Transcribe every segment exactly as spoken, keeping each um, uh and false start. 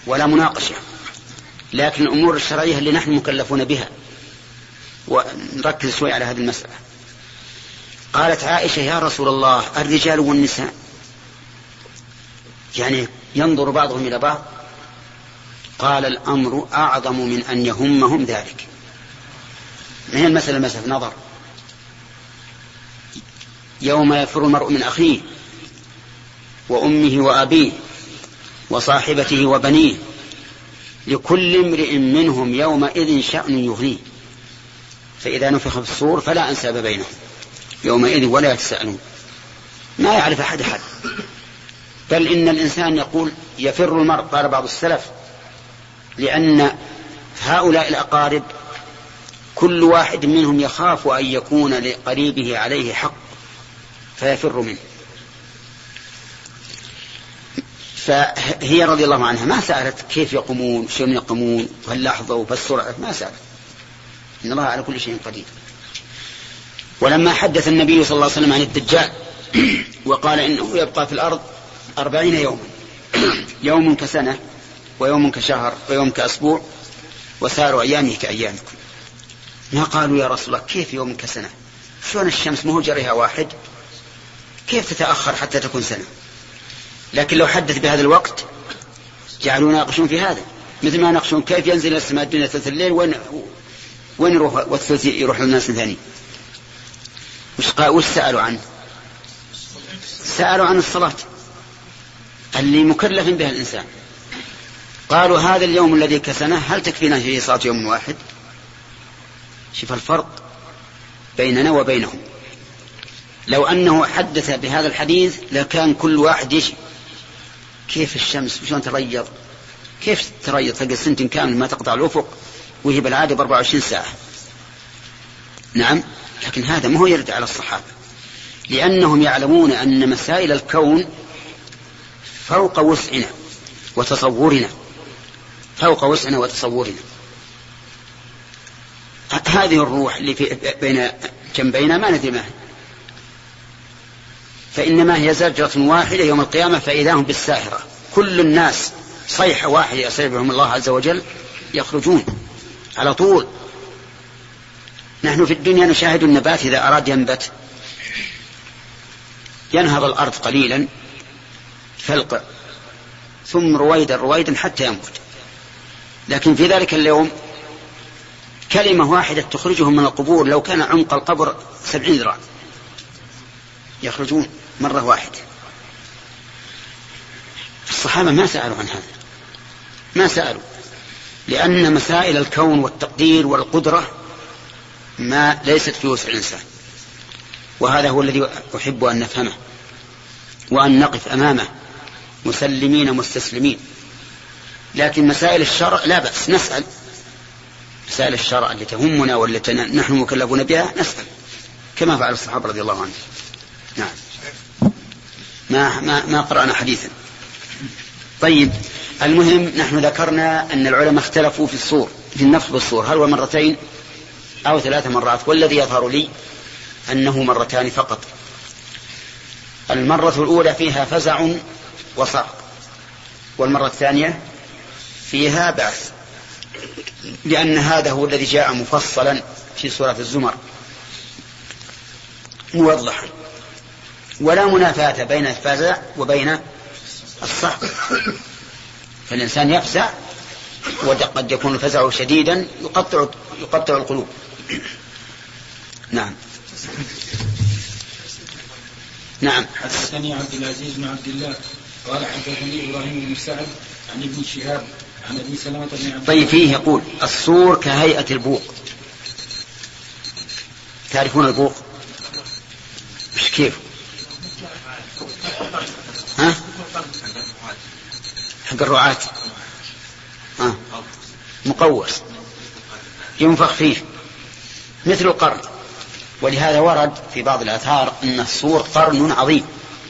ولا مناقشة، لكن الأمور الشرعية اللي نحن مكلفون بها، ونركز شوي على هذه المسألة. قالت عائشة: يا رسول الله، الرجال والنساء يعني ينظر بعضهم إلى بعض؟ قال: الأمر أعظم من أن يهمهم ذلك. ما هي المسألة؟ مسألة نظر. يوم يفر المرء من أخيه وأمه وأبيه وصاحبته وبنيه لكل امرئ منهم يومئذ شأن يغنيه، فإذا نفخ في الصور فلا أنساب بينهم يومئذ ولا يتساءلون. ما يعرف أحد أحد، بل إن الإنسان يقول يفر المرء، قال بعض السلف، لأن هؤلاء الأقارب كل واحد منهم يخاف أن يكون لقريبه عليه حق فيفر منه. فهي رضي الله عنها ما سألت كيف يقومون، شلون يقومون، واللحظة وبالسرعة، ما سألت، إن الله على كل شيء قدير. ولما حدث النبي صلى الله عليه وسلم عن الدجال وقال إنه يبقى في الأرض أربعين يوما، يوم كسنة ويوم كشهر ويوم كأسبوع وسائر أيامه كأيامكم، ما قالوا يا رسول الله كيف يوم كسنة؟ شلون الشمس مو جريها واحد، كيف تتأخر حتى تكون سنة؟ لكن لو حدث بهذا الوقت جعلوا يناقشون في هذا، مثل ما يناقشون كيف ينزل إلى السماء الدنيا ثلث الليل وين وين يروح والثلث يروح للناس ثاني. وش قالوا؟ وش سألوا عنه؟ سألوا عن الصلاة اللي مكلف بها الإنسان. قالوا هذا اليوم الذي كسنه هل تكفينا في صلاة يوم واحد؟ شوف الفرق بيننا وبينهم. لو أنه حدث بهذا الحديث لكان كل واحد يشي كيف الشمس وشون تريض، كيف تريض تلقى سنة كامل ما تقطع الأفق وهي بالعادة بأربع وعشرين ساعة. نعم، لكن هذا ما هو يرد على الصحابة، لأنهم يعلمون أن مسائل الكون فوق وسعنا وتصورنا، فوق وسعنا وتصورنا. هذه الروح اللي في بين جنبينا ما ندري ما هي، فإنما هي زجرة واحدة يوم القيامة فإذا هم بالساهرة، كل الناس صيحة واحدة يسيبهم الله عز وجل يخرجون على طول. نحن في الدنيا نشاهد النبات إذا أراد ينبت ينهض الأرض قليلا فلقع ثم رويدا رويدا حتى ينبت، لكن في ذلك اليوم كلمة واحدة تخرجهم من القبور، لو كان عمق القبر سبعين ذراع يخرجون مرة واحدة. الصحابة ما سألوا عن هذا، ما سألوا، لأن مسائل الكون والتقدير والقدرة ما ليست في وسع الإنسان، وهذا هو الذي أحب أن نفهمه وأن نقف أمامه مسلمين مستسلمين. لكن مسائل الشرع لا بأس نسأل، مسائل الشرع التي تهمنا والتي نحن مكلفون بها نسأل كما فعل الصحابة رضي الله عنهم. نعم، ما, ما, ما قرأنا حديثا. طيب، المهم نحن ذكرنا أن العلماء اختلفوا في الصور، في النفخ بالصور، هل هو مرتين أو ثلاث مرات، والذي يظهر لي أنه مرتان فقط. المرة الأولى فيها فزع وصعق، والمرة الثانية فيها بعث، لأن هذا هو الذي جاء مفصلا في سورة الزمر موضحا، ولا منافاة بين الفزع وبين الصعق، فالإنسان يفزع وقد يكون الفزع شديدا يقطع, يقطع القلوب. نعم. نعم. حدثني عبد العزيز بن عبد الله قال حدثني إبراهيم بن سعد عن ابن شهاب عن أبي سلمة بن عبد. طيب، فيه يقول الصور كهيئة البوق. تعرفون البوق؟ مش كيف؟ ها؟ حق الرعاة. ها؟ مقوس ينفخ فيه مثل القرن، ولهذا ورد في بعض الآثار أن الصور قرن عظيم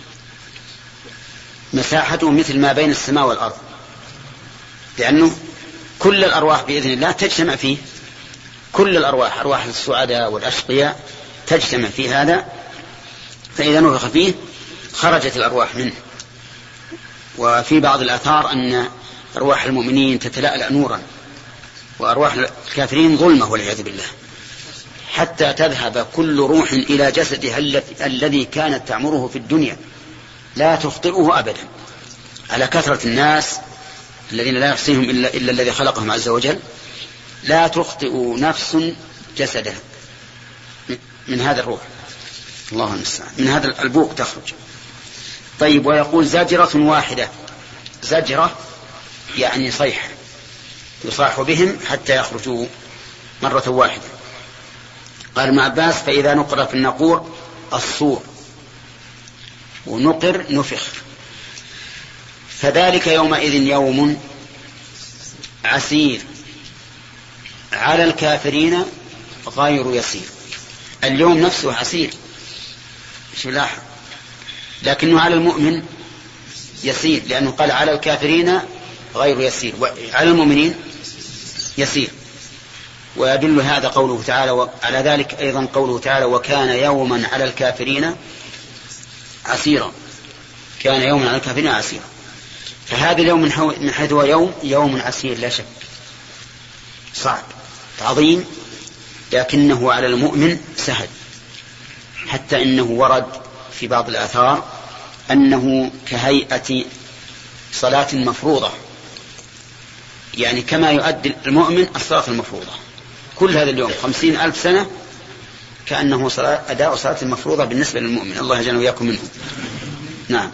مساحته مثل ما بين السماء والأرض، لأنه كل الأرواح بإذن الله تجتمع فيه، كل الأرواح، أرواح السعداء والأشقياء تجتمع في هذا، فإذا نفخ فيه خرجت الأرواح منه. وفي بعض الآثار أن أرواح المؤمنين تتلألأ نورا، وأرواح الكافرين ظلمة والعياذ بالله، حتى تذهب كل روح إلى جسدها الذي كانت تعمره في الدنيا لا تخطئه أبدا، على كثرة الناس الذين لا يحصيهم إلا, إلا الذي خلقهم عز وجل. لا تخطئ نفس جسدها من هذا الروح، الله المستعان، من هذا البوق تخرج. طيب، ويقول زجرة واحدة، زجرة يعني صيحة، يصاح بهم حتى يخرجوا مرة واحدة. قال ابن عباس: فإذا نقر في النقور الصور، ونقر نفخ، فذلك يومئذ يوم عسير على الكافرين غير يسير. اليوم نفسه عسير، شو لاحظ، لكنه على المؤمن يسير، لأنه قال على الكافرين غير يسير، وعلى المؤمنين يسير. ويدل هذا قوله تعالى، وعلى ذلك أيضا قوله تعالى: وكان يوما على الكافرين عسيرا، كان يوما على الكافرين عسيرا. فهذا اليوم من حيث هو يوم يوم عسير لا شك، صعب عظيم، لكنه على المؤمن سهل، حتى إنه ورد في بعض الآثار أنه كهيئة صلاة مفروضة، يعني كما يؤدي المؤمن الصلاة المفروضة كل هذا اليوم خمسين ألف سنة، كأنه صلاة أداء صلاة المفروضة بالنسبة للمؤمن. الله يجعلنا وإياكم منهم. نعم.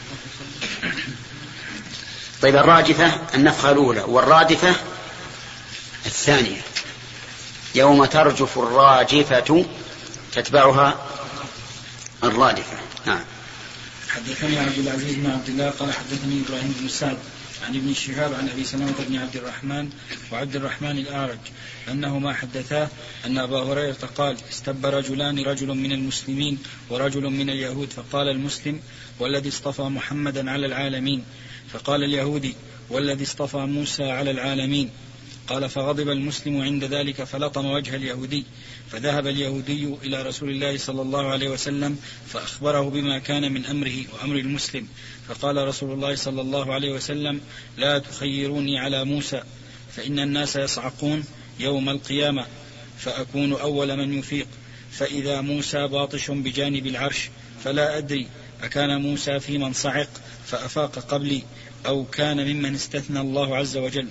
طيب، الراجفة النفخة الأولى، والرادفة الثانية يوم ترجف الراجفة تتبعها الرادفة. نعم. حدثني عبد العزيز بن عبد الله قال حدثني إبراهيم بن سعد عن ابن شهاب عن أبي سلمة بن عبد الرحمن وعبد الرحمن الأعرج أنهما حدثاه أن أبا هريرة قال: استب رجلان، رجل من المسلمين ورجل من اليهود، فقال المسلم: والذي اصطفى محمدا على العالمين. فقال اليهودي: والذي اصطفى موسى على العالمين. قال: فغضب المسلم عند ذلك فلطم وجه اليهودي، فذهب اليهودي إلى رسول الله صلى الله عليه وسلم فأخبره بما كان من أمره وأمر المسلم. فقال رسول الله صلى الله عليه وسلم: لا تخيروني على موسى، فإن الناس يصعقون يوم القيامة فأكون أول من يفيق، فإذا موسى باطش بجانب العرش، فلا أدري أكان موسى في من صعق فأفاق قبلي أو كان ممن استثنى الله عز وجل.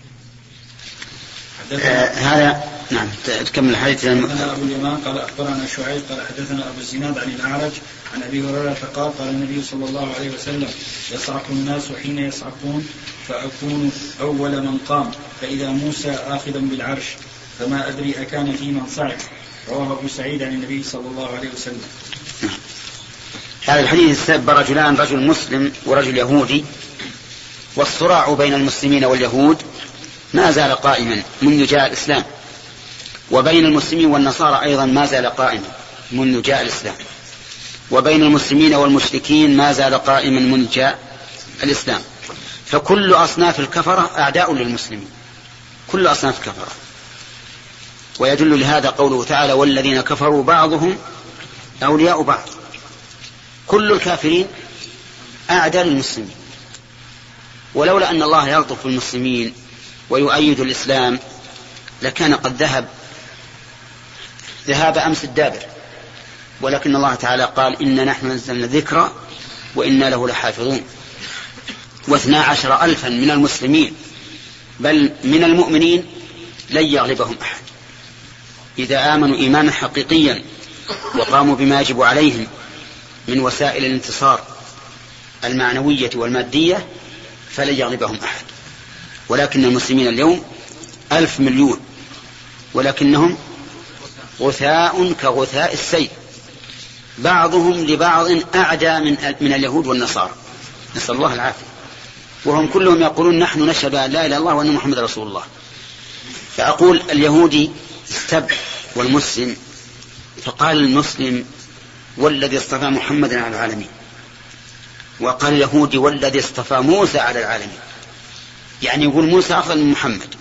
آه هذا نعم. تكمل الحديث. حدثنا أبو اليمان قال أخبرنا شعيب قال حدثنا أبو الزناد عن الأعرج عن أبي هريرة قال: قال النبي صلى الله عليه وسلم: يصعق الناس حين يصعقون فأكون أول من قام، فإذا موسى آخذ بالعرش، فما أدري أكان في من صعق. رواه أبو سعيد عن النبي صلى الله عليه وسلم. هذا الحديث سب رجلان، رجل مسلم ورجل يهودي، والصراع بين المسلمين واليهود ما زال قائما منذ جاء الإسلام، وبين المسلمين والنصارى أيضا ما زال قائما منذ جاء الإسلام، وبين المسلمين والمشركين ما زال قائما منذ جاء الإسلام. فكل أصناف الكفرة أعداء للمسلمين، كل أصناف الكفرة. ويدل لهذا قوله تعالى: والذين كفروا بعضهم أولياء بعض. كل الكافرين أعداء للمسلمين، ولولا أن الله يلطف بالمسلمين ويؤيد الإسلام لكان قد ذهب ذهاب أمس الدابر، ولكن الله تعالى قال: إنا نحن نزلنا الذكر وإنا له لحافظون. واثنا عشر ألفا من المسلمين بل من المؤمنين لن يغلبهم أحد إذا آمنوا إيمانا حقيقيا وقاموا بما يجب عليهم من وسائل الانتصار المعنوية والمادية، فلن يغلبهم أحد. ولكن المسلمين اليوم ألف مليون، ولكنهم غثاء كغثاء السيل، بعضهم لبعض أعدى من, من اليهود والنصارى، نسأل الله العافية. وهم كلهم يقولون: نحن نشهد أن لا إله إلا الله وأن محمد رسول الله. فأقول: اليهودي استب والمسلم، فقال المسلم: والذي اصطفى محمدا على العالمين، وقال اليهودي: والذي اصطفى موسى على العالمين، يعني يقول موسى أفضل من محمد.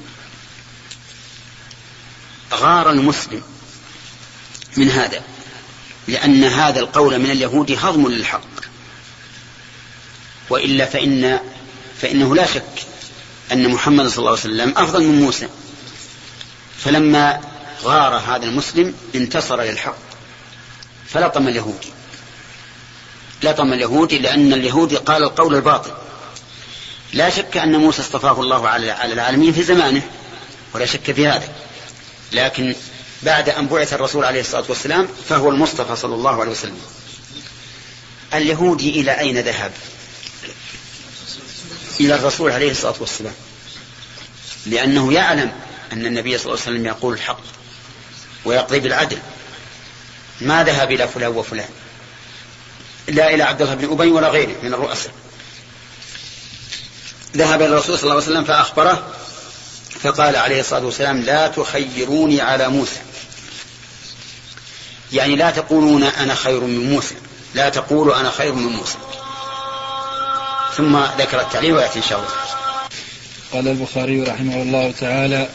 غار المسلم من هذا، لأن هذا القول من اليهود هضم للحق، وإلا فإن فإنه لا شك أن محمد صلى الله عليه وسلم أفضل من موسى، فلما غار هذا المسلم انتصر للحق فلطم اليهودي، لطم اليهودي لأن اليهودي قال القول الباطل. لا شك أن موسى اصطفاه الله على العالمين في زمانه ولا شك في هذا، لكن بعد أن بعث الرسول عليه الصلاة والسلام فهو المصطفى صلى الله عليه وسلم. اليهودي إلى أين ذهب؟ إلى الرسول عليه الصلاة والسلام، لأنه يعلم أن النبي صلى الله عليه وسلم يقول الحق ويقضي بالعدل، ما ذهب إلى فلان وفلان، لا إلى عبد الله بن أبي ولا غيره من الرؤساء، ذهب إلى الرسول صلى الله عليه وسلم فأخبره فقال عليه الصلاة والسلام لا تخيروني على موسى، يعني لا تقولون أنا خير من موسى، لا تقولوا أنا خير من موسى. ثم ذكر التعليل ويأتي إن شاء الله. قال البخاري رحمه الله تعالى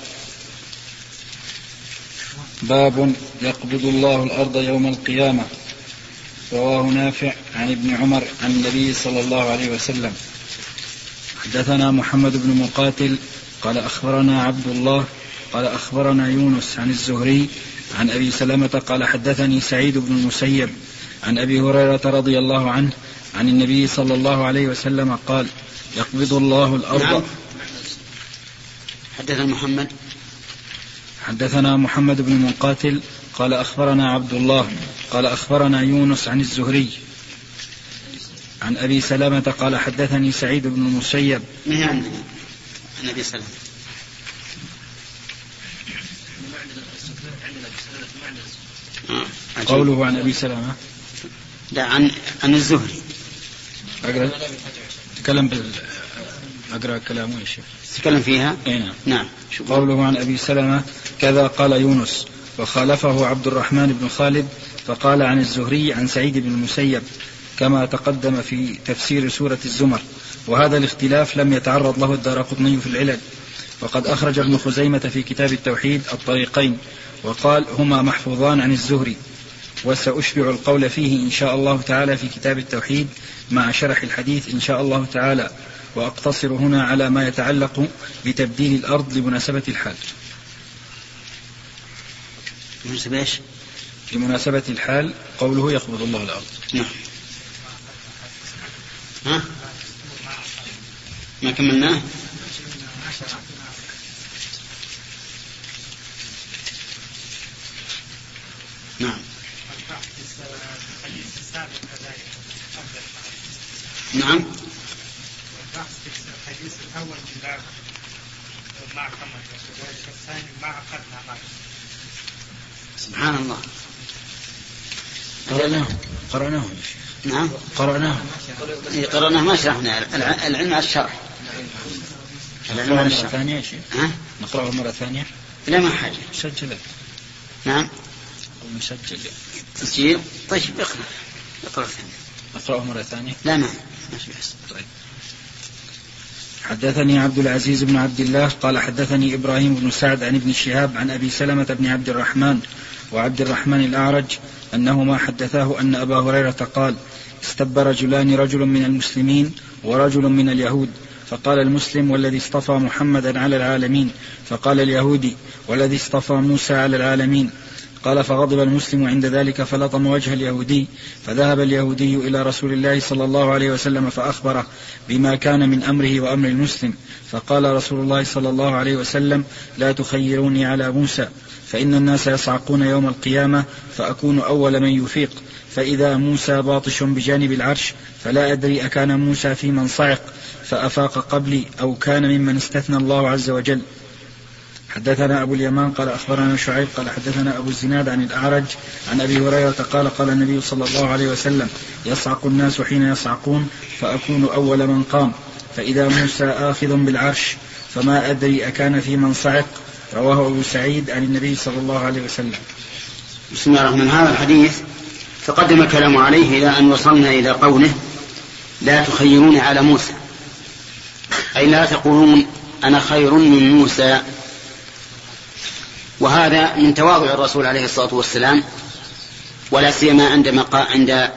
باب يقبض الله الأرض يوم القيامة. رواه نافع عن ابن عمر عن النبي صلى الله عليه وسلم. حدثنا محمد بن مقاتل قال أخبرنا عبد الله قال أخبرنا يونس عن الزهري عن أبي سلمة قال حدثني سعيد بن المسيب عن أبي هريرة رضي الله عنه عن النبي صلى الله عليه وسلم قال يقبض الله الأرض. نعم. حدثنا محمد حدثنا محمد بن مقاتل قال أخبرنا عبد الله قال أخبرنا يونس عن الزهري عن أبي سلمة قال حدثني سعيد بن المسيب. من عندنا النبي صلى الله عليه وسلم. قوله عن أبي سلمة لا عن عن الزهري. أقرأ تكلم بال أقرأ كلامه يا شيخ تكلم فيها. نعم. نعم. قوله عن أبي سلمة كذا قال يونس وخالفه عبد الرحمن بن خالد فقال عن الزهري عن سعيد بن المسيب كما تقدم في تفسير سورة الزمر، وهذا الاختلاف لم يتعرض له الدارقطني في العلل، وقد أخرج ابن خزيمة في كتاب التوحيد الطريقين وقال هما محفوظان عن الزهري، وسأشبع القول فيه إن شاء الله تعالى في كتاب التوحيد مع شرح الحديث إن شاء الله تعالى، وأقتصر هنا على ما يتعلق بتبديل الأرض لمناسبة الحال. لمناسبة الحال قوله يقبض الله الأرض. نعم. ها؟ ما كملناه؟ نعم. نعم. الحديث الأول من باب ما كمل والثاني ما أخذنا بعد. سبحان الله. قرأناه قرأناه نعم قرأناه قرأناه ما شرحنا العلم على الشرح. العلم على الشرح ثانية يا شيخ. ها؟ نقرأه مرة ثانية. لا ما حاجة. مسجل. نعم. مسجل. تسجيل. طيب اقرأ. اقرأ ثانية. نقرأه مرة ثانية. لا ما ماشي بس. طيب. حدثني عبد العزيز بن عبد الله قال حدثني إبراهيم بن سعد عن ابن شهاب عن أبي سلمة بن عبد الرحمن وعبد الرحمن الأعرج أنهما حدثاه أن أبا هريرة قال استب رجلان رجل من المسلمين ورجل من اليهود، فقال المسلم والذي اصطفى محمدا على العالمين، فقال اليهودي والذي اصطفى موسى على العالمين. قال فغضب المسلم عند ذلك فلطم وجه اليهودي، فذهب اليهودي إلى رسول الله صلى الله عليه وسلم فأخبره بما كان من أمره وأمر المسلم، فقال رسول الله صلى الله عليه وسلم لا تخيروني على موسى، فإن الناس يصعقون يوم القيامة فأكون أول من يفيق، فإذا موسى باطش بجانب العرش فلا أدري أكان موسى في من صعق فأفاق قبلي أو كان ممن استثنى الله عز وجل. حدثنا أبو اليمان قال أخبرنا شعيب قال حدثنا أبو الزناد عن الأعرج عن أبي هريرة قال قال النبي صلى الله عليه وسلم يصعق الناس حين يصعقون فأكون أول من قام، فإذا موسى آخذ بالعرش فما أدري أكان في من صعق. رواه أبو سعيد عن النبي صلى الله عليه وسلم. بسم الله الرحمن الرحيم. هذا الحديث تقدم الكلام عليه إلى أن وصلنا إلى قوله لا تخيرون على موسى، أي لا تقولون أنا خير من موسى، وهذا من تواضع الرسول عليه الصلاة والسلام، ولا سيما عندما عند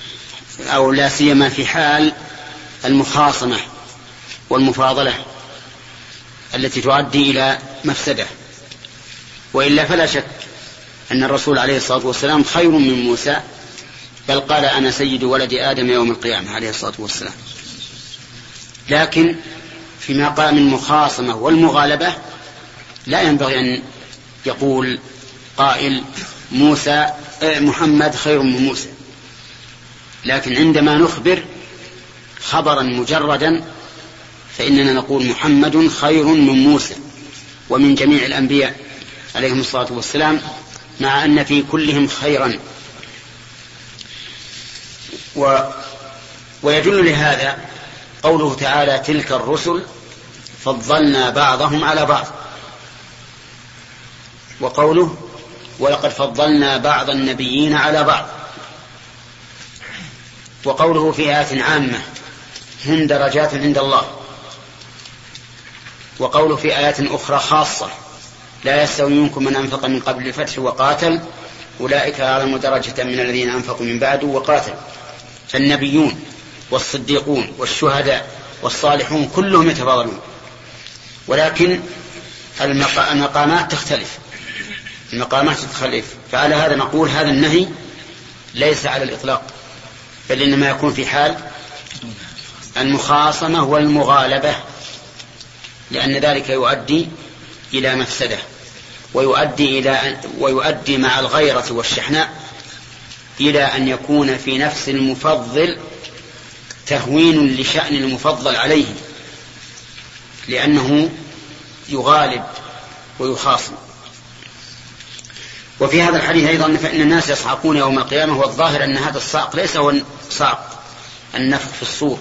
أو لا سيما في حال المخاصمة والمفاضلة التي تؤدي إلى مفسدة. وإلا فلا شك أن الرسول عليه الصلاة والسلام خير من موسى، بل قال أنا سيد ولد آدم يوم القيامة عليه الصلاة والسلام. لكن في مقام المخاصمة والمغالبة لا ينبغي أن يقول قائل موسى محمد خير من موسى، لكن عندما نخبر خبرا مجردا فإننا نقول محمد خير من موسى ومن جميع الأنبياء عليهم الصلاة والسلام، مع أن في كلهم خيرا. و ويدل لهذا قوله تعالى تلك الرسل فضلنا بعضهم على بعض، وقوله ولقد فضلنا بعض النبيين على بعض، وقوله في آيات عامة هم درجات عند الله، وقوله في آيات أخرى خاصة لا يستوي منكم من أنفق من قبل الفتح وقاتل أولئك أعظم درجة من الذين أنفقوا من بعد وقاتل. فالنبيون والصديقون والشهداء والصالحون كلهم يتفاضلون، ولكن المقامات تختلف المقامات تختلف فعلى هذا نقول هذا النهي ليس على الإطلاق، بل إنما يكون في حال المخاصمة والمغالبة، لأن ذلك يؤدي إلى مفسدة، ويؤدي إلى ويؤدي مع الغيرة والشحناء إلى أن يكون في نفس المفضل تهوين لشأن المفضل عليه، لأنه يغالب ويخاصم. وفي هذا الحديث أيضا فإن الناس يصعقون يوم القيامة، والظاهر أن هذا الصعق ليس هو صعق النفخ في الصور،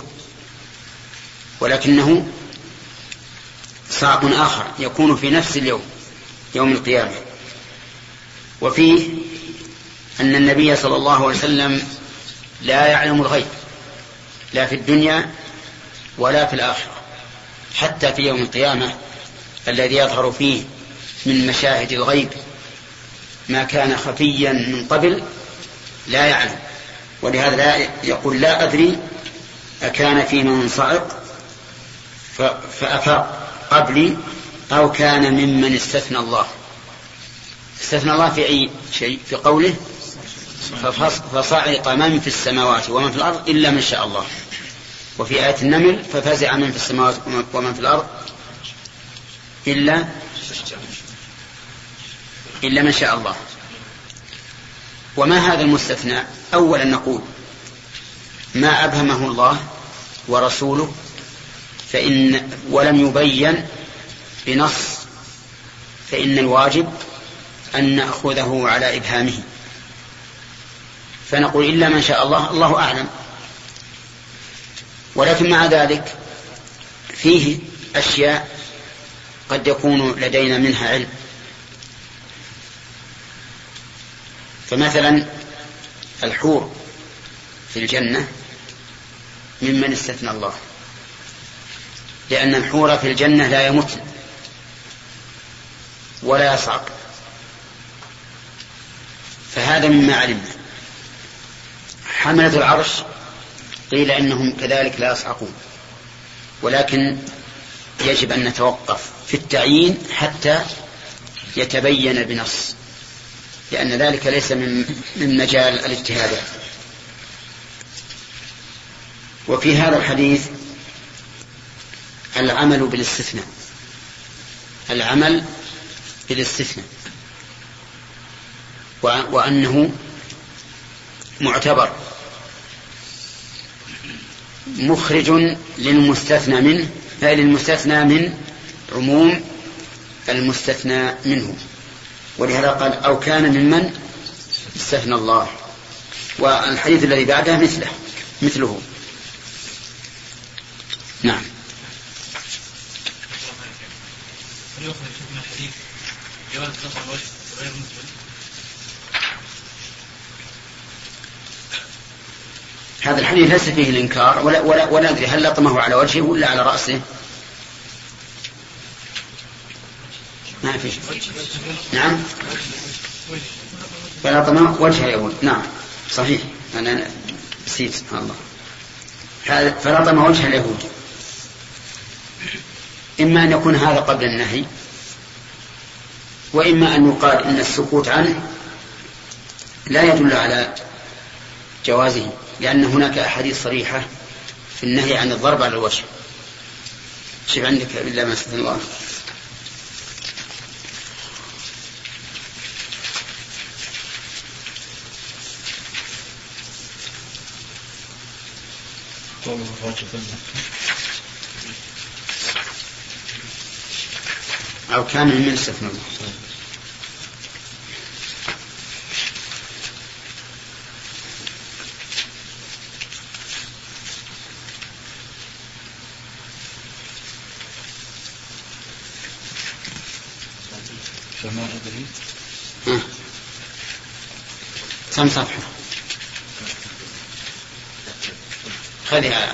ولكنه صعق آخر يكون في نفس اليوم يوم القيامة. وفيه أن النبي صلى الله عليه وسلم لا يعلم الغيب لا في الدنيا ولا في الآخرة، حتى في يوم القيامة الذي يظهر فيه من مشاهد الغيب ما كان خفيا من قبل لا يعلم. ولهذا لا يقول لا أدري أكان في من صعق فأفاق قبلي أو كان ممن استثنى الله. استثنى الله في أي شيء؟ في قوله فصعق من في السماوات ومن في الأرض إلا من شاء الله. وفي آية النمل ففزع من في السماوات ومن في الأرض إلا إلا من شاء الله. وما هذا المستثنى؟ أولا نقول ما أبهمه الله ورسوله فإن ولم يبين بنص فإن الواجب أن نأخذه على إبهامه، فنقول إلا من شاء الله الله أعلم. ولكن مع ذلك فيه أشياء قد يكون لدينا منها علم، فمثلا الحور في الجنة ممن استثنى الله، لأن الحور في الجنة لا يموت ولا يصعق، فهذا مما علمنا. حملة العرش قيل إنهم كذلك لا يصعقون، ولكن يجب أن نتوقف في التعيين حتى يتبين بنص، لأن ذلك ليس من من مجال الاجتهادات. وفي هذا الحديث العمل بالاستثناء العمل بالاستثناء وأنه معتبر مخرج للمستثنى منه للمستثنى من عموم المستثنى منه. ولهذا قال أو كان ممن استثنى الله. والحديث الذي بعده مثله مثله نعم. هذا الحديث ليس فيه الإنكار ولا, ولا, ولا أدري هل لطمه على وجهه ولا على رأسه. ما في نعم فلطمه وجهه يقول نعم صحيح أنا نسيت سبحان الله. فلطمه وجه اليهود إما أن يكون هذا قبل النهي، وإما أن يقال إن السكوت عنه لا يدل على جوازه، لأن هناك أحاديث صريحة في النهي عن الضرب على الوجه. شوف عندك إلا ما استثنى الله. أو كان من استثنى الله. فما أدري كم صفحة خليها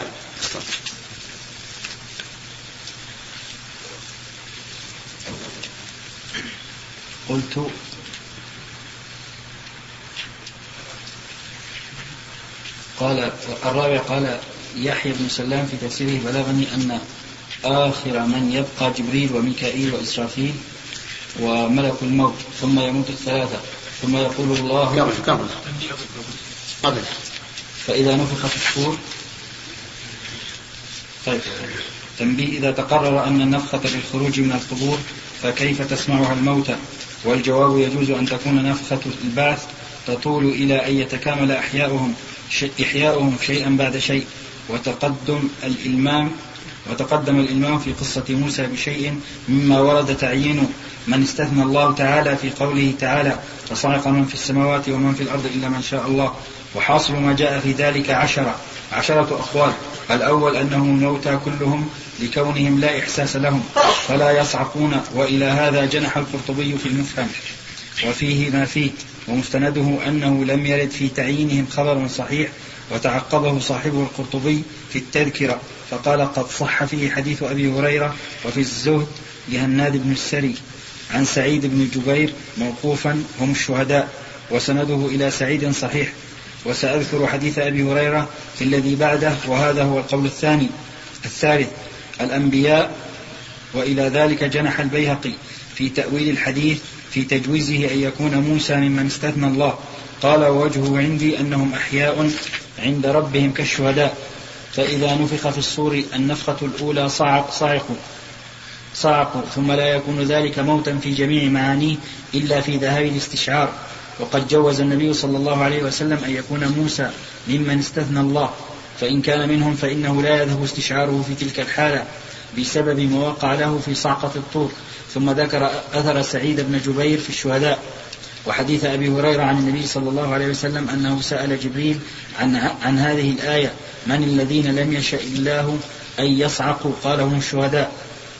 قلت قال الرابع قال يحيى بن سلام في تفسيره بلغني أن آخر من يبقى جبريل وميكائيل وإسرافيل وملك الموت ثم يموت الثلاثة ثم يقول الله قبل قبل قبل فإذا نفخ في الصور. طيب تنبيه: إذا تقرر أن النفخة بالخروج من القبور فكيف تسمعها الموتى؟ والجواب: يجوز أن تكون نفخة البعث تطول إلى أن يتكامل أحياؤهم إحياؤهم شيئا بعد شيء. وتقدم الإلمام وتقدم الإلمام في قصة موسى بشيء مما ورد تعيين من استثنى الله تعالى في قوله تعالى: فصعق من في السماوات ومن في الأرض إلا من شاء الله. وحاصل ما جاء في ذلك عشرة عشرة أقوال. الأول أنهم الموتى كلهم لكونهم لا إحساس لهم فلا يصعقون، وإلى هذا جنح القرطبي في المفهم وفيه ما فيه، ومستنده أنه لم يرد في تعيينهم خبر صحيح، وتعقبه صاحبه القرطبي في التذكرة فقال: قد صح فيه حديث أبي هريرة وفي الزهد لهناد بن السري عن سعيد بن جبير موقوفا: هم الشهداء، وسنده إلى سعيد صحيح. وسأذكر حديث أبي هريرة في الذي بعده، وهذا هو القول الثاني. الثالث الأنبياء، وإلى ذلك جنح البيهقي في تأويل الحديث في تجويزه أن يكون موسى ممن استثنى الله. قال: ووجهه عندي أنهم أحياء عند ربهم كالشهداء، فإذا نفخ في الصور النفخة الأولى صعق صعقوا صعقوا ثم لا يكون ذلك موتا في جميع معانيه إلا في ذهاب الاستشعار. وقد جوز النبي صلى الله عليه وسلم أن يكون موسى ممن استثنى الله، فإن كان منهم فإنه لا يذهب استشعاره في تلك الحالة بسبب ما وقع له في صعقة الطور. ثم ذكر أثر سعيد بن جبير في الشهداء، وحديث أبي هريرة عن النبي صلى الله عليه وسلم أنه سأل جبريل عن, عن هذه الآية: من الذين لم يشأ الله أن يصعقوا؟ قال: هم الشهداء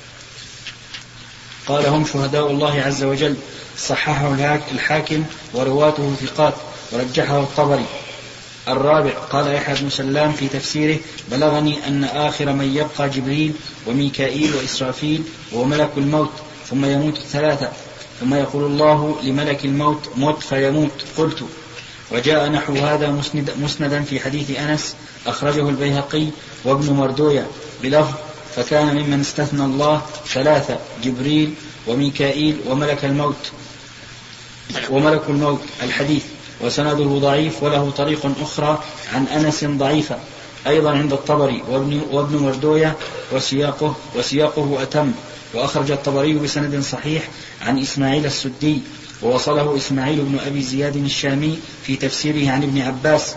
قال هم شهداء الله عز وجل. صححه الحاكم ورواته ثقات ورجحه الطبري. الرابع قال يحيى بن سلام في تفسيره: بلغني أن آخر من يبقى جبريل وميكائيل وإسرافيل وملك الموت ثم يموت الثلاثة ثم يقول الله لملك الموت: موت فيموت. قلت: وجاء نحو هذا مسند مسندا في حديث أنس أخرجه البيهقي وابن مردوية بلفظ: فكان ممن استثنى الله ثلاثة: جبريل وميكائيل وملك الموت وملك الموت. الحديث وسنده ضعيف، وله طريق أخرى عن أنس ضعيفة أيضا عند الطبري وابن, وابن مردوية وسياقه, وسياقه أتم. وأخرج الطبري بسند صحيح عن إسماعيل السدي، ووصله إسماعيل بن أبي زياد الشامي في تفسيره عن ابن عباس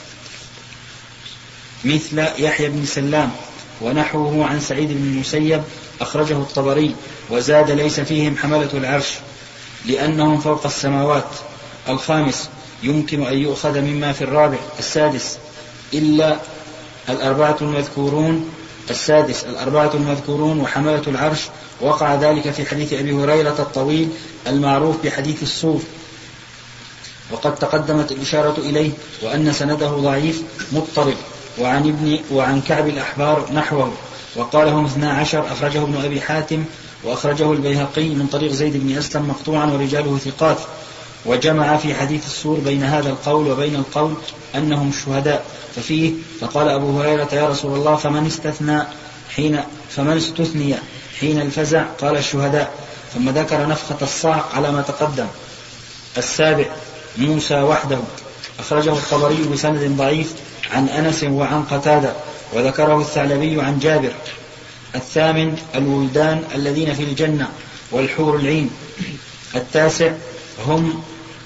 مثل يحيى بن سلام، ونحوه عن سعيد بن المسيب أخرجه الطبري، وزاد: ليس فيهم حملة العرش لأنهم فوق السماوات. الخامس يمكن أن يؤخذ مما في الرابع. السادس إلا الأربعة المذكورون السادس الأربعة المذكورون وحملة العرش، وقع ذلك في حديث أبي هريرة الطويل المعروف بحديث الصور، وقد تقدمت الإشارة إليه، وأن سنده ضعيف مضطرب. وعن ابن وعن كعب الأحبار نحوه، وقالهم اثنا عشر أخرجه ابن أبي حاتم، وأخرجه البيهقي من طريق زيد بن أسلم مقطوعا ورجاله ثقات. وجمع في حديث الصور بين هذا القول وبين القول أنهم الشهداء. ففيه: فقال أبو هريرة: يا رسول الله، فمن استثنى حين فمن استثني حين الفزع قال الشهداء، ثم ذكر نفخة الصعق على ما تقدم. السابع موسى وحده، أخرجه الطبري بسند ضعيف عن أنس وعن قتادة، وذكره الثعلبي عن جابر. الثامن الولدان الذين في الجنة والحور العين. التاسع هم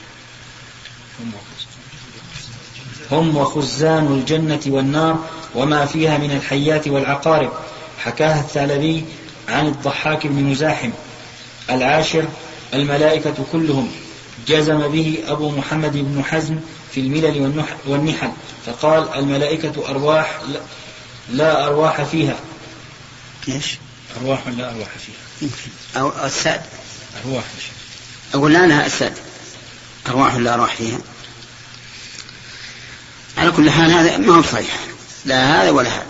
هم وخزان الجنة والنار وما فيها من الحيات والعقارب، حكاها الثعلبي عن الضحاك بن مزاحم. العاشر الملائكة كلهم، جزم به أبو محمد بن حزم في الملل والنحل، فقال الملائكة أرواح لا أرواح فيها. إيش؟ أرواح لا أرواح فيها أو الساد أرواح. أقول لا أنها الساد أرواح لا أرواح فيها. على كل حال هذا ما هو صحيح، لا هذا ولا هذا.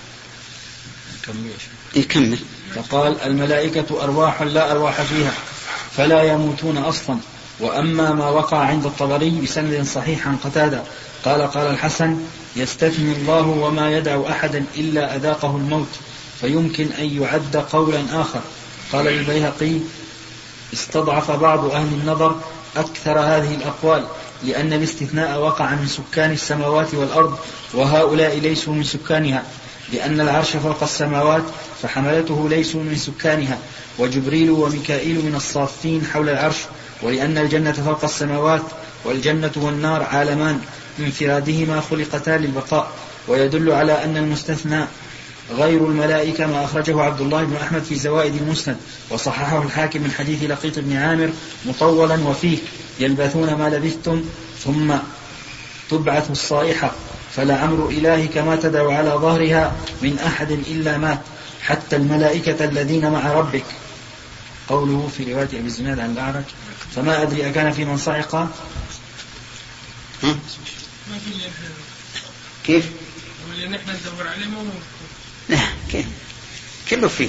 يكمل. فقال الملائكة أرواح لا أرواح فيها فلا يموتون أصلا. وأما ما وقع عند الطبري بسند صحيح عن قتادة قال قال الحسن يستثني الله وما يدعو أحدا إلا أذاقه الموت، فيمكن أن يعد قولا آخر. قال البيهقي استضعف بعض أهل النظر أكثر هذه الأقوال، لأن الاستثناء وقع من سكان السماوات والأرض، وهؤلاء ليسوا من سكانها، لأن العرش فوق السماوات فحملته ليسوا من سكانها، وجبريل وميكائيل من الصافين حول العرش، ولأن الجنة فوق السماوات والجنة والنار عالمان انفرادهما خلقتا للبقاء. ويدل على أن المستثنى غير الملائكة ما أخرجه عبد الله بن أحمد في زوائد المسند، وصححه الحاكم من حديث لقيط بن عامر مطولا وفيه يلبثون ما لبثتم ثم تبعث الصائحة، فلعمر إلهك ما تدعو على ظهرها من أحد إلا مات، حتى الملائكة الذين مع ربك. قوله في رواية أبي الزناد عن الأعرج فما أدري أكان في من صعق. كيف؟ نحن ندور عليه مو لا كيف كله فيه.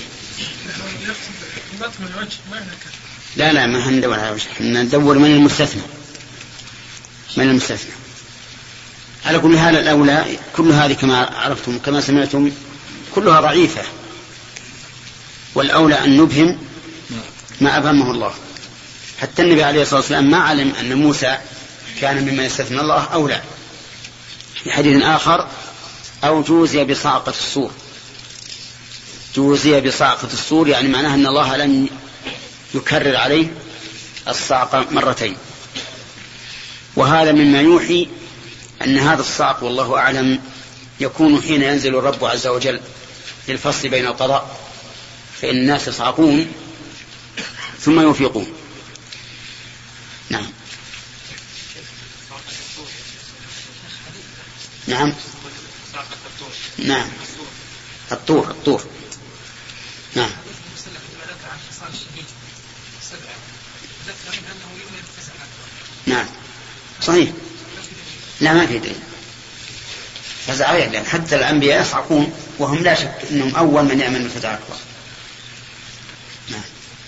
لا لا ما هندور على وجه، ندور من المستثنى من المستثنى. على كل هذا الأولى كل هذه كما عرفتم كما سمعتم كلها ضعيفة، والأولى أن نبهم ما أبهمه الله. حتى النبي عليه الصلاة والسلام ما علم أن موسى كان ممن يستثنى الله أولى. في حديث آخر أو جوزي بصعقة الصور، جوزي بصعقة الصور يعني معناها أن الله لن يكرر عليه الصعقة مرتين. وهذا مما يوحي أن هذا الصعق والله أعلم يكون حين ينزل الرب عز وجل للفصل بين القضاء، فإن الناس يصعقون ثم يفيقون. نعم نعم نعم الطور الطور نعم نعم صحيح. لا ما في دليل فزع، لأن حتى الأنبياء يصعقون وهم لا شك أنهم أول من يعمل الفزع الأكبر. نعم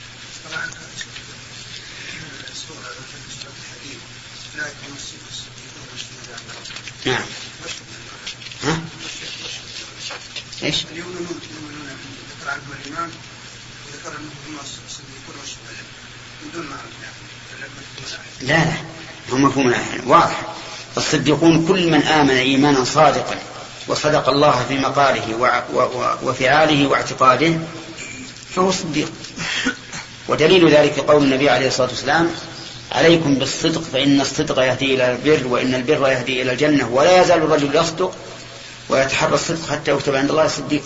نعم ها ايش؟ ذكر عنه الإمام وذكر أنه هم الصديقون والشهداء من دون معرفة. لا لا هم مفهوم واضح. الصديقون كل من آمن إيمانا صادقا وصدق الله في مقاله وفعاله واعتقاده فهو صديق. ودليل ذلك قول النبي عليه الصلاة والسلام عليكم بالصدق فإن الصدق يهدي إلى البر وإن البر يهدي إلى الجنة، ولا يزال الرجل يصدق ويتحرى الصدق حتى يكتب عند الله صديق.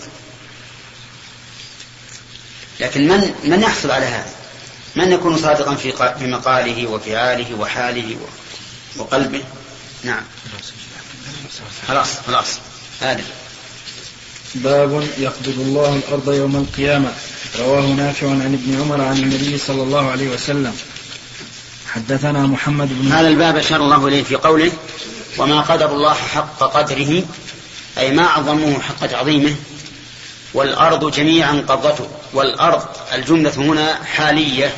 لكن من من يحصل على هذا؟ من يكون صادقا في في مقاله وفعاله وحاله وقلبه؟ نعم خلاص خلاص هذا باب يقبض الله الأرض يوم القيامة. رواه نافع عن ابن عمر عن النبي صلى الله عليه وسلم. حدثنا محمد بن هذا الباب أشار الله إليه في قوله وما قدر الله حق قدره، أي ما عظمه حق تعظيمه. والأرض جميعا قبضته، والأرض الجملة هنا حالية،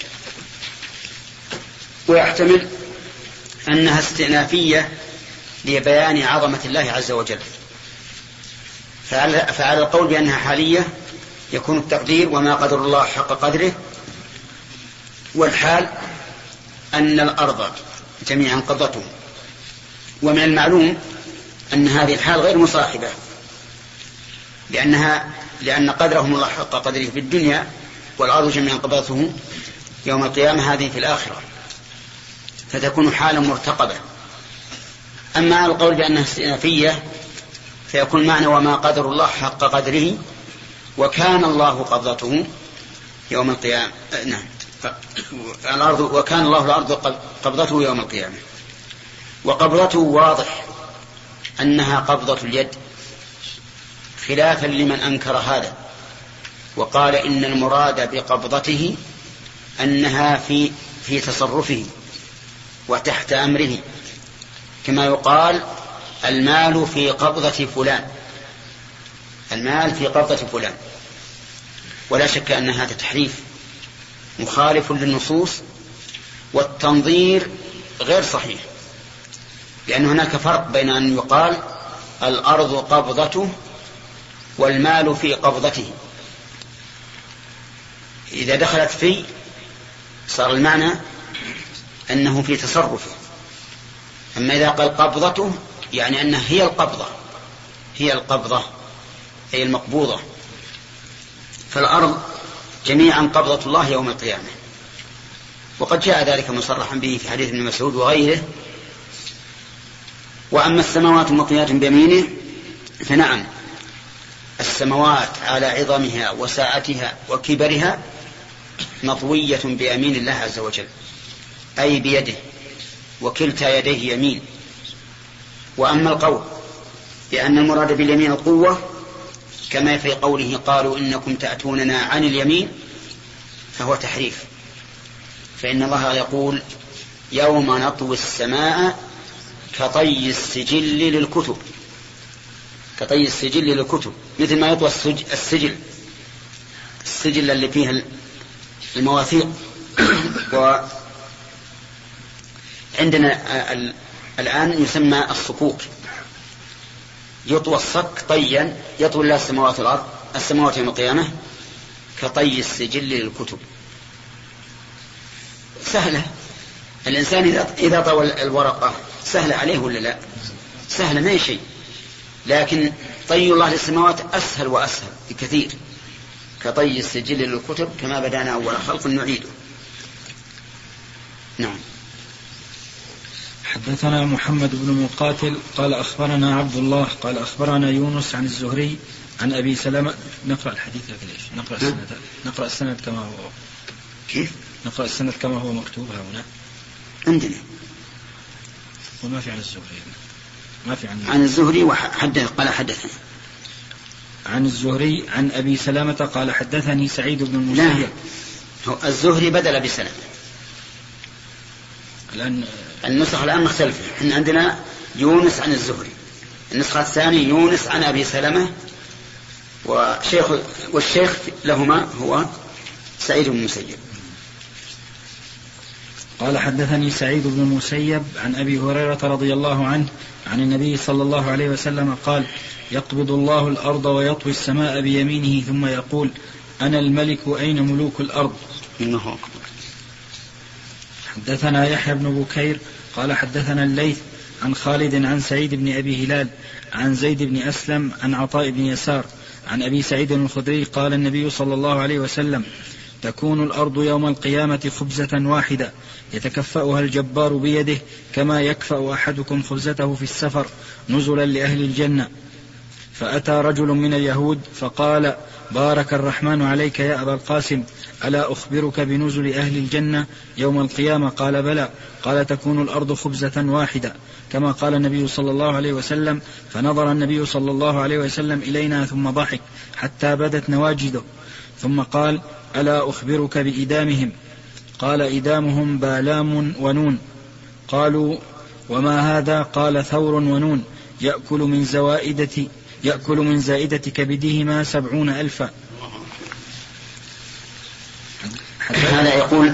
ويحتمل أنها استئنافية لبيان عظمة الله عز وجل، فعلى القول بأنها حالية يكون التقدير وما قدر الله حق قدره، والحال أن الأرض جميعا قبضته. ومن المعلوم أن هذه الحال غير مصاحبة، لأنها لأن قدرهم الله حق قدره في الدنيا، والأرض جميعا قبضته يوم القيامة هذه في الآخرة، فتكون حالا مرتقبة. أما على القول بأنها استئنافية فيكون معنى وما قدر الله حق قدره وكان الله قبضته يوم القيامة. نعم، الأرض وكان الله الأرض قبضته يوم القيامة. وقبضته واضح أنها قبضة اليد، خلافا لمن أنكر هذا وقال إن المراد بقبضته أنها في في تصرفه وتحت أمره، كما يقال المال في قبضة فلان، المال في قبضة فلان. ولا شك أن هذا تحريف مخالف للنصوص، والتنظير غير صحيح، لأن هناك فرق بين أن يقال الأرض قبضته والمال في قبضته. إذا دخلت في صار المعنى أنه في تصرفه، أما إذا قال قبضته يعني أنها هي القبضة، هي القبضة أي المقبوضة. فالأرض جميعا قبضة الله يوم القيامة، وقد جاء ذلك مصرحا به في حديث ابن مسعود وغيره. وأما السماوات مطويات بيمينه فنعم، السماوات على عظمها وساعتها وكبرها مطوية بيمين الله عز وجل، أي بيده، وكلتا يديه يمين. وأما القول بأن المراد باليمين القوة كما في قوله قالوا إنكم تأتوننا عن اليمين فهو تحريف، فإن الله يقول يوم نطوي السماء كطي السجل للكتب، كطي السجل للكتب، مثل ما يطوى السجل السجل اللي فيها المواثيق. وعندنا الآن يسمى الصكوك، يطوى الصك طيا، يطوي الله السماوات والأرض السماوات يوم القيامة كطي السجل للكتب. سهلة، الإنسان إذا طوى الورقة سهلة عليه ولا لا؟ سهلة، ما هي شيء، لكن طي الله للسماوات أسهل وأسهل بكثير، كطي السجل للكتب كما بدأنا أول خلق نعيده. نعم. حدثنا محمد بن مقاتل قال أخبرنا عبد الله قال أخبرنا يونس عن الزهري عن أبي سلمة. نقرأ الحديث لكن إيش؟ نقرأ السند، نقرأ السند كما هو. كيف؟ نقرأ السند كما هو مكتوب هنا عندنا، وما في عن الزهري، ما في عن عن الزهري وحدث قال حدثنا عن الزهري عن أبي سلمة قال حدثني سعيد بن المسيب. الزهري بدل بسلمة، الآن النسخة الآن مختلفة، إحنا عندنا يونس عن الزهري، النسخة الثانية يونس عن أبي سلمة، وشيخ والشيخ لهما هو سعيد بن المسيب. قال حدثني سعيد بن المسيب عن أبي هريرة رضي الله عنه عن النبي صلى الله عليه وسلم قال يقبض الله الأرض ويطوي السماء بيمينه ثم يقول أنا الملك أين ملوك الأرض. إنه أكبر. حدثنا يحيى بن بكير قال حدثنا الليث عن خالد عن سعيد بن أبي هلال عن زيد بن أسلم عن عطاء بن يسار عن أبي سعيد الخدري قال النبي صلى الله عليه وسلم تكون الأرض يوم القيامة خبزة واحدة يتكفأها الجبار بيده كما يكفأ أحدكم خبزته في السفر نزلا لأهل الجنة. فأتى رجل من اليهود فقال بارك الرحمن عليك يا أبا القاسم ألا أخبرك بنزل أهل الجنة يوم القيامة؟ قال بلى. قال تكون الأرض خبزة واحدة كما قال النبي صلى الله عليه وسلم. فنظر النبي صلى الله عليه وسلم إلينا ثم ضحك حتى بدت نواجذه ثم قال ألا أخبرك بإدامهم؟ قال إدامهم بالام ونون. قالوا وما هذا؟ قال ثور ونون يأكل من زوائدة يأكل من زائدة كبدهما سبعون ألفا. هذا يقول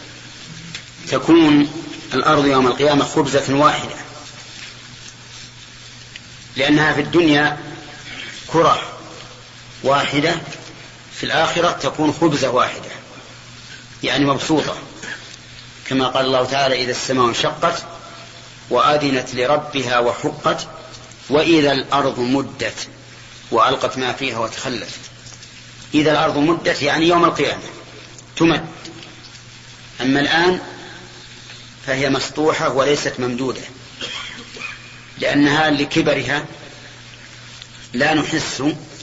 تكون الأرض يوم القيامة خبزة واحدة، لأنها في الدنيا كرة واحدة في الآخرة تكون خبزة واحدة يعني مبسوطة، كما قال الله تعالى: إذا السماء انشقت وآذنت لربها وحقت وإذا الأرض مدت وألقت ما فيها وتخلت. إذا الأرض مدت يعني يوم القيامة تمد، أما الآن فهي مسطوحة وليست ممدودة، لأنها لكبرها لا نحس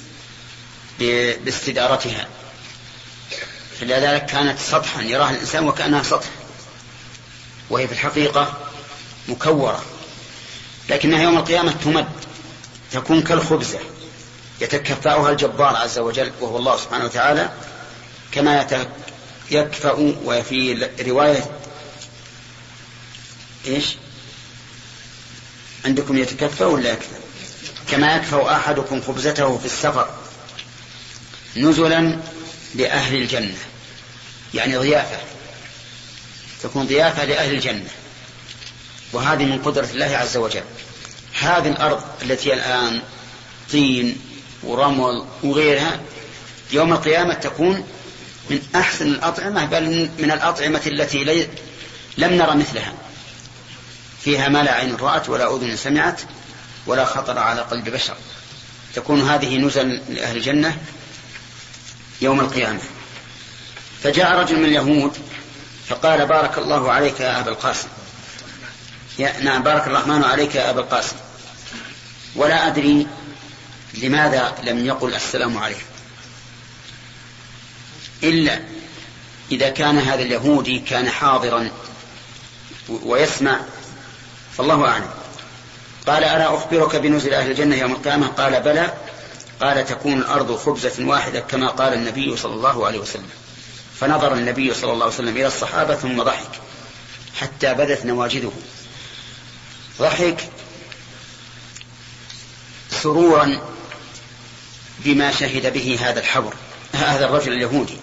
باستدارتها، فلذلك كانت سطحا يراها الإنسان وكأنها سطح، وهي في الحقيقة مكورة، لكنها يوم القيامة تمد، تكون كالخبزة يتكفأها الجبار عز وجل وهو الله سبحانه وتعالى، كما يكفأ. وفي رواية إيش عندكم يتكفأ ولا يكفأ؟ كما يكفأ أحدكم خبزته في السفر نزلا لأهل الجنة، يعني ضيافة، تكون ضيافة لأهل الجنة، وهذه من قدرة الله عز وجل. هذه الأرض التي الآن طين ورمل وغيرها يوم القيامة تكون من أحسن الأطعمة، بل من الأطعمة التي لي لم نرى مثلها، فيها ما لا عين رأت ولا أذن سمعت ولا خطر على قلب بشر. تكون هذه نزل لأهل الجنة يوم القيامة. فجاء رجل من اليهود فقال: بارك الله عليك يا أبا القاسم. يا نعم، بارك الرحمن عليك يا أبا القاسم. ولا أدري لماذا لم يقل السلام عليكم، إلا إذا كان هذا اليهودي كان حاضرا ويسمع، فالله أعلم. قال: ألا أخبرك بنزل أهل الجنة يوم القيامة؟ قال: بلى. قال: تكون الأرض خبزة واحدة كما قال النبي صلى الله عليه وسلم. فنظر النبي صلى الله عليه وسلم إلى الصحابة ثم ضحك حتى بدت نواجذه، ضحك سرورا بما شهد به هذا الحبر، هذا الرجل اليهودي،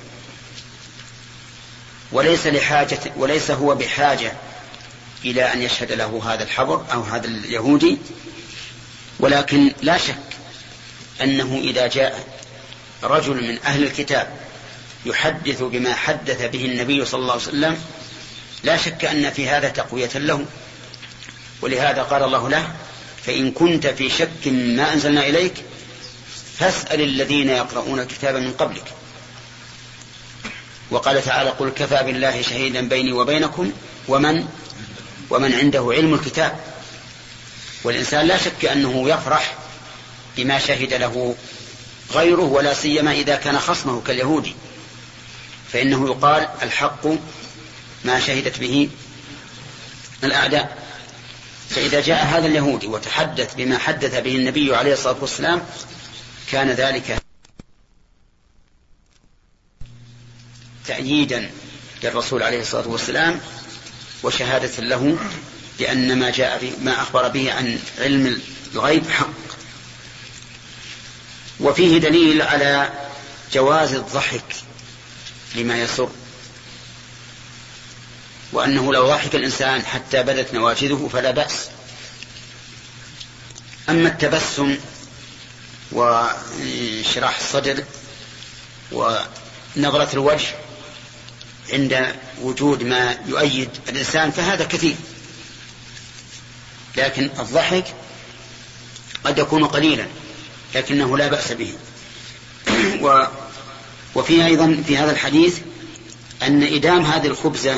وليس لحاجة وليس هو بحاجة إلى أن يشهد له هذا الحبر أو هذا اليهودي، ولكن لا شك أنه إذا جاء رجل من أهل الكتاب يحدث بما حدث به النبي صلى الله عليه وسلم لا شك أن في هذا تقوية له، ولهذا قال الله له: فإن كنت في شك ما أنزلنا إليك فاسأل الذين يقرؤون الكتاب من قبلك. وقال تعالى: قل كفى بالله شهيدا بيني وبينكم ومن ومن عنده علم الكتاب. والإنسان لا شك أنه يفرح بما شهد له غيره، ولا سيما إذا كان خصمه كاليهودي، فإنه يقال: الحق ما شهدت به الأعداء. فإذا جاء هذا اليهودي وتحدث بما حدث به النبي عليه الصلاة والسلام كان ذلك تأييدا للرسول عليه الصلاة والسلام وشهادة له لأن ما جاء به ما أخبر به عن علم الغيب حق. وفيه دليل على جواز الضحك لما يسر، وأنه لو ضحك الإنسان حتى بدت نواجذه فلا بأس. أما التبسم وانشراح الصدر ونظرة الوجه عند وجود ما يؤيد الإنسان فهذا كثير، لكن الضحك قد يكون قليلا لكنه لا بأس به. وفي أيضا في هذا الحديث أن إدام هذه الخبزة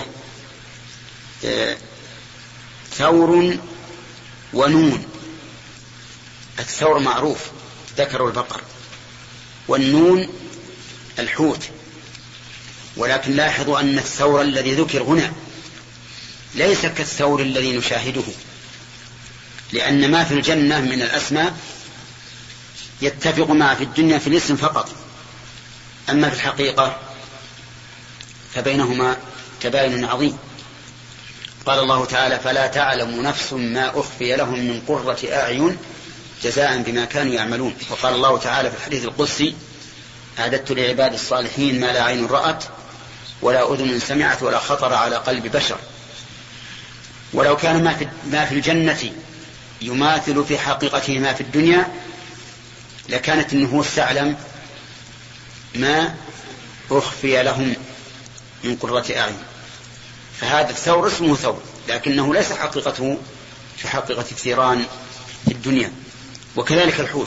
ثور ونون. الثور معروف ذكر البقر، والنون الحوت، ولكن لاحظوا أن الثور الذي ذكر هنا ليس كالثور الذي نشاهده، لأن ما في الجنة من الأسماء يتفق مع في الدنيا في الاسم فقط، أما في الحقيقة فبينهما تباين عظيم. قال الله تعالى: فلا تعلم نفس ما أخفي لهم من قرة أعين جزاء بما كانوا يعملون. وقال الله تعالى في الحديث القدسي: أعددت لعباد الصالحين ما لا عين رأت ولا أذن سمعت ولا خطر على قلب بشر. ولو كان ما في, ما في الجنة يماثل في حقيقته ما في الدنيا لكانت النفوس تعلم ما أخفي لهم من قرة أعين. فهذا الثور اسمه ثور، لكنه ليس حقيقته في حقيقة الثيران في الدنيا. وكذلك الحوت،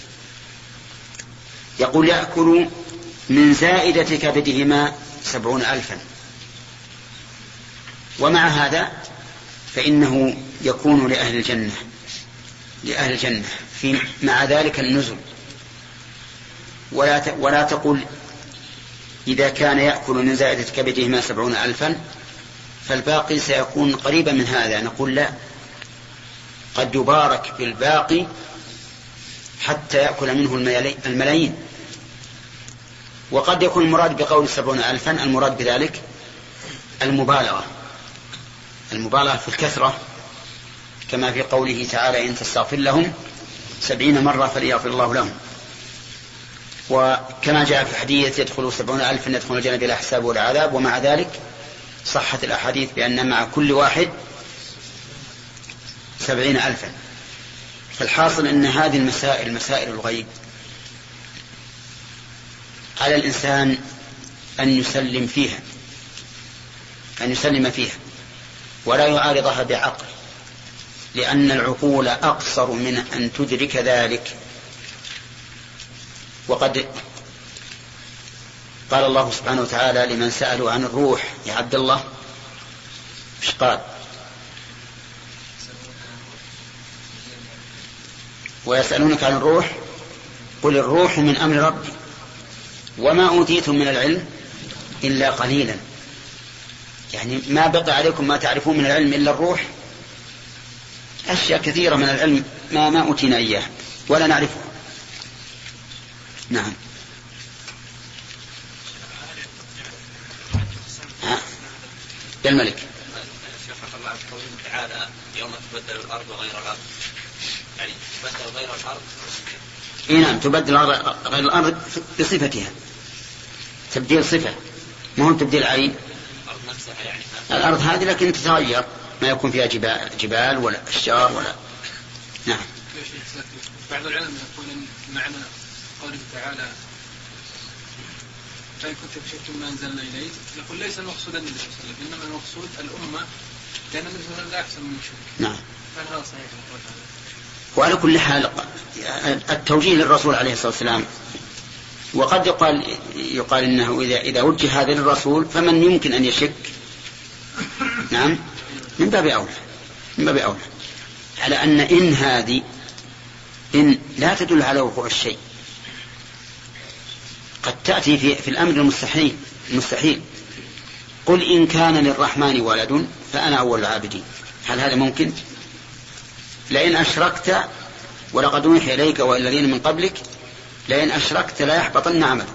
يقول يأكل من زائدة كبدهما سبعون ألفا. ومع هذا فإنه يكون لأهل الجنة لأهل الجنة في مع ذلك النزل. ولا ولا تقل إذا كان يأكل من زائدة كبدهما سبعون ألفا فالباقي سيكون قريبا من هذا. نقول لا، قد يبارك بالباقي حتى يأكل منه الملايين. وقد يكون المراد بقول سبعون ألفا المراد بذلك المبالغة المبالغة في الكثرة، كما في قوله تعالى إن تستغفر لهم سبعين مرة فليغفر الله لهم. وكما جاء في حديث يدخل سبعون ألفا يدخل الجنة بلا حساب ولا عذاب. ومع ذلك صحت الأحاديث بأن مع كل واحد سبعين ألفا. فالحاصل أن هذه المسائل مسائل الغيب على الإنسان أن يسلم فيها أن يسلم فيها ولا يعارضها بعقل، لأن العقول أقصر من أن تدرك ذلك. وقد قال الله سبحانه وتعالى لمن سألوا عن الروح يا عبد الله ايش قال؟ ويسألونك عن الروح قل الروح من أمر ربي وما أوتيتم من العلم إلا قليلا. يعني ما بقى عليكم ما تعرفون من العلم إلا الروح. أشياء كثيرة من العلم ما ما أوتينا إياه ولا نعرفه. نعم. ها يا الملك. شيخ الله قوله تعالى يوم تبدل الأرض غير الأرض، يعني تبدل غير الأرض. إيه نعم، تبدل غير الأرض بصفتها، تبديل صفة، ما هو تبديل عين. الأرض نفسها يعني الأرض هذه لكن تتغير، ما يكون فيها جبال, جبال ولا أشجار ولا. نعم. بعض العلماء يقول معنى قوله تعالى فإن كنت بشك ما أنزلنا إليه، يقول ليس المقصود النبي صلى الله عليه وسلم، إنما المقصود الأمة، لأن النبي صلى الله عليه وسلم لا أحسن من شك. نعم. فهذا صحيح. وعلى كل حال التوجيه للرسول عليه الصلاة والسلام. وقد يقال يقال إنه إذا إذا وجه هذا للرسول فمن يمكن أن يشك. نعم، من باب أولى من باب أولى على أن إن هذه إن لا تدل على وقوع الشيء، قد تأتي في, في الأمر المستحيل المستحيل قل إن كان للرحمن ولد فأنا أول العابدين. هل هذا ممكن؟ لئن أشركت ولقد أوحي إليك وإلى الذين من قبلك لئن أشركت لا يحبطن عملك.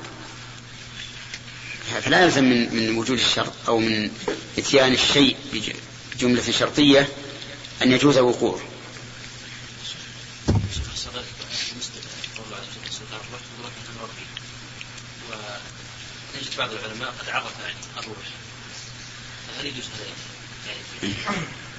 فلا يلزم من, من وجود الشرط أو من إتيان الشيء بجملة شرطية أن يجوز وقوعه. ونجد بعض العلماء قد عرف يعني الروح، فهل يجوز هذا؟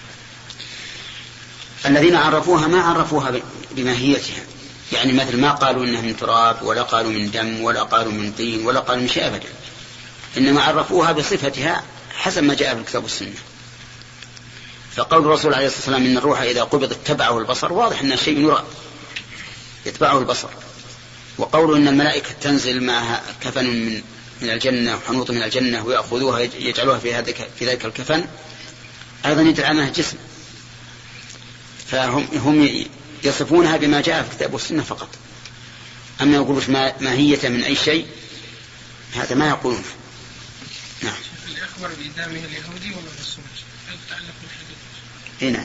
الذين عرفوها ما عرفوها بماهيتها، يعني مثل ما قالوا إنها من تراب ولا قالوا من دم ولا قالوا من طين ولا قالوا من شيء أبدا، إنما عرفوها بصفتها حسب ما جاء في الكتاب والسنة. فقول الرسول عليه الصلاة والسلام إن الروح إذا قبض اتبعه البصر، واضح أن الشيء يرى يتبعه البصر. وقوله إن الملائكة تنزل معها كفن من من الجنة وحنوط من الجنة ويأخذوها يجعلوها في هذا في ذلك الكفن أيضا يدل عنها جسم. فهم هم يصفونها بما جاء في الكتاب والسنة فقط. أما يقولون ماهية من أي شيء هذا ما يقولون. نعم. اللي أخبر بإدامه اليهودي ولا الرسول يتعلق بالحديث. هنا.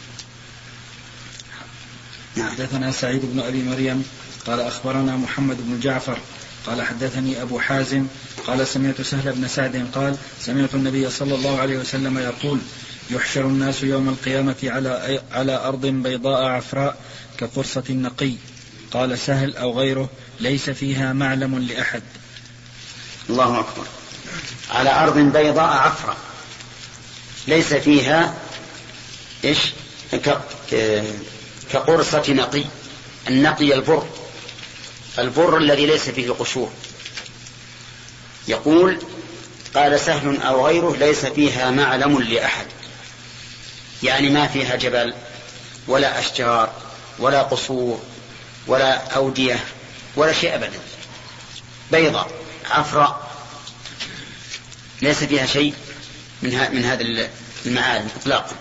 نعم. حدثنا سعيد بن أبي مريم قال أخبرنا محمد بن جعفر قال حدثني أبو حازم قال سمعت سهل بن سعد قال سمعت النبي صلى الله عليه وسلم يقول يحشر الناس يوم القيامة على على أرض بيضاء عفراء كقرصة النقي. قال سهل أو غيره ليس فيها معلم لأحد. الله أكبر. على أرض بيضاء عفراء ليس فيها إيش كقرصة نقي. النقي البر البر الذي ليس فيه قشور. يقول قال سهل أو غيره ليس فيها معلم لأحد، يعني ما فيها جبل ولا أشجار ولا قصور ولا أودية ولا شيء أبدا، بيضاء عفراء ليس فيها شيء من, من هذا المعالم إطلاقا.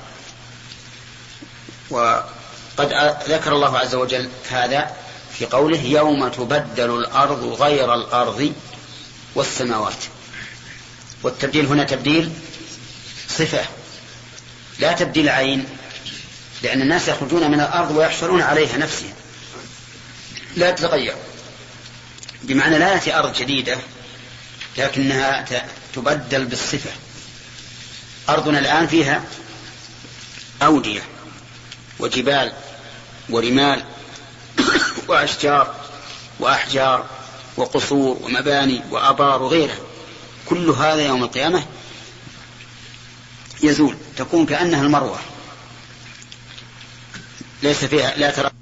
وقد ذكر الله عز وجل هذا في قوله يوم تبدل الأرض غير الأرض والسماوات، والتبديل هنا تبديل صفة لا تبديل عين، لأن الناس يخرجون من الأرض ويحشرون عليها نفسها لا تتغير، بمعنى لا يأتي أرض جديدة لكنها تبدل بالصفة. أرضنا الآن فيها أودية وجبال ورمال وأشجار وأحجار وقصور ومباني وآبار وغيرها، كل هذا يوم القيامة يزول، تكون كأنها المروة ليس فيها لا ترى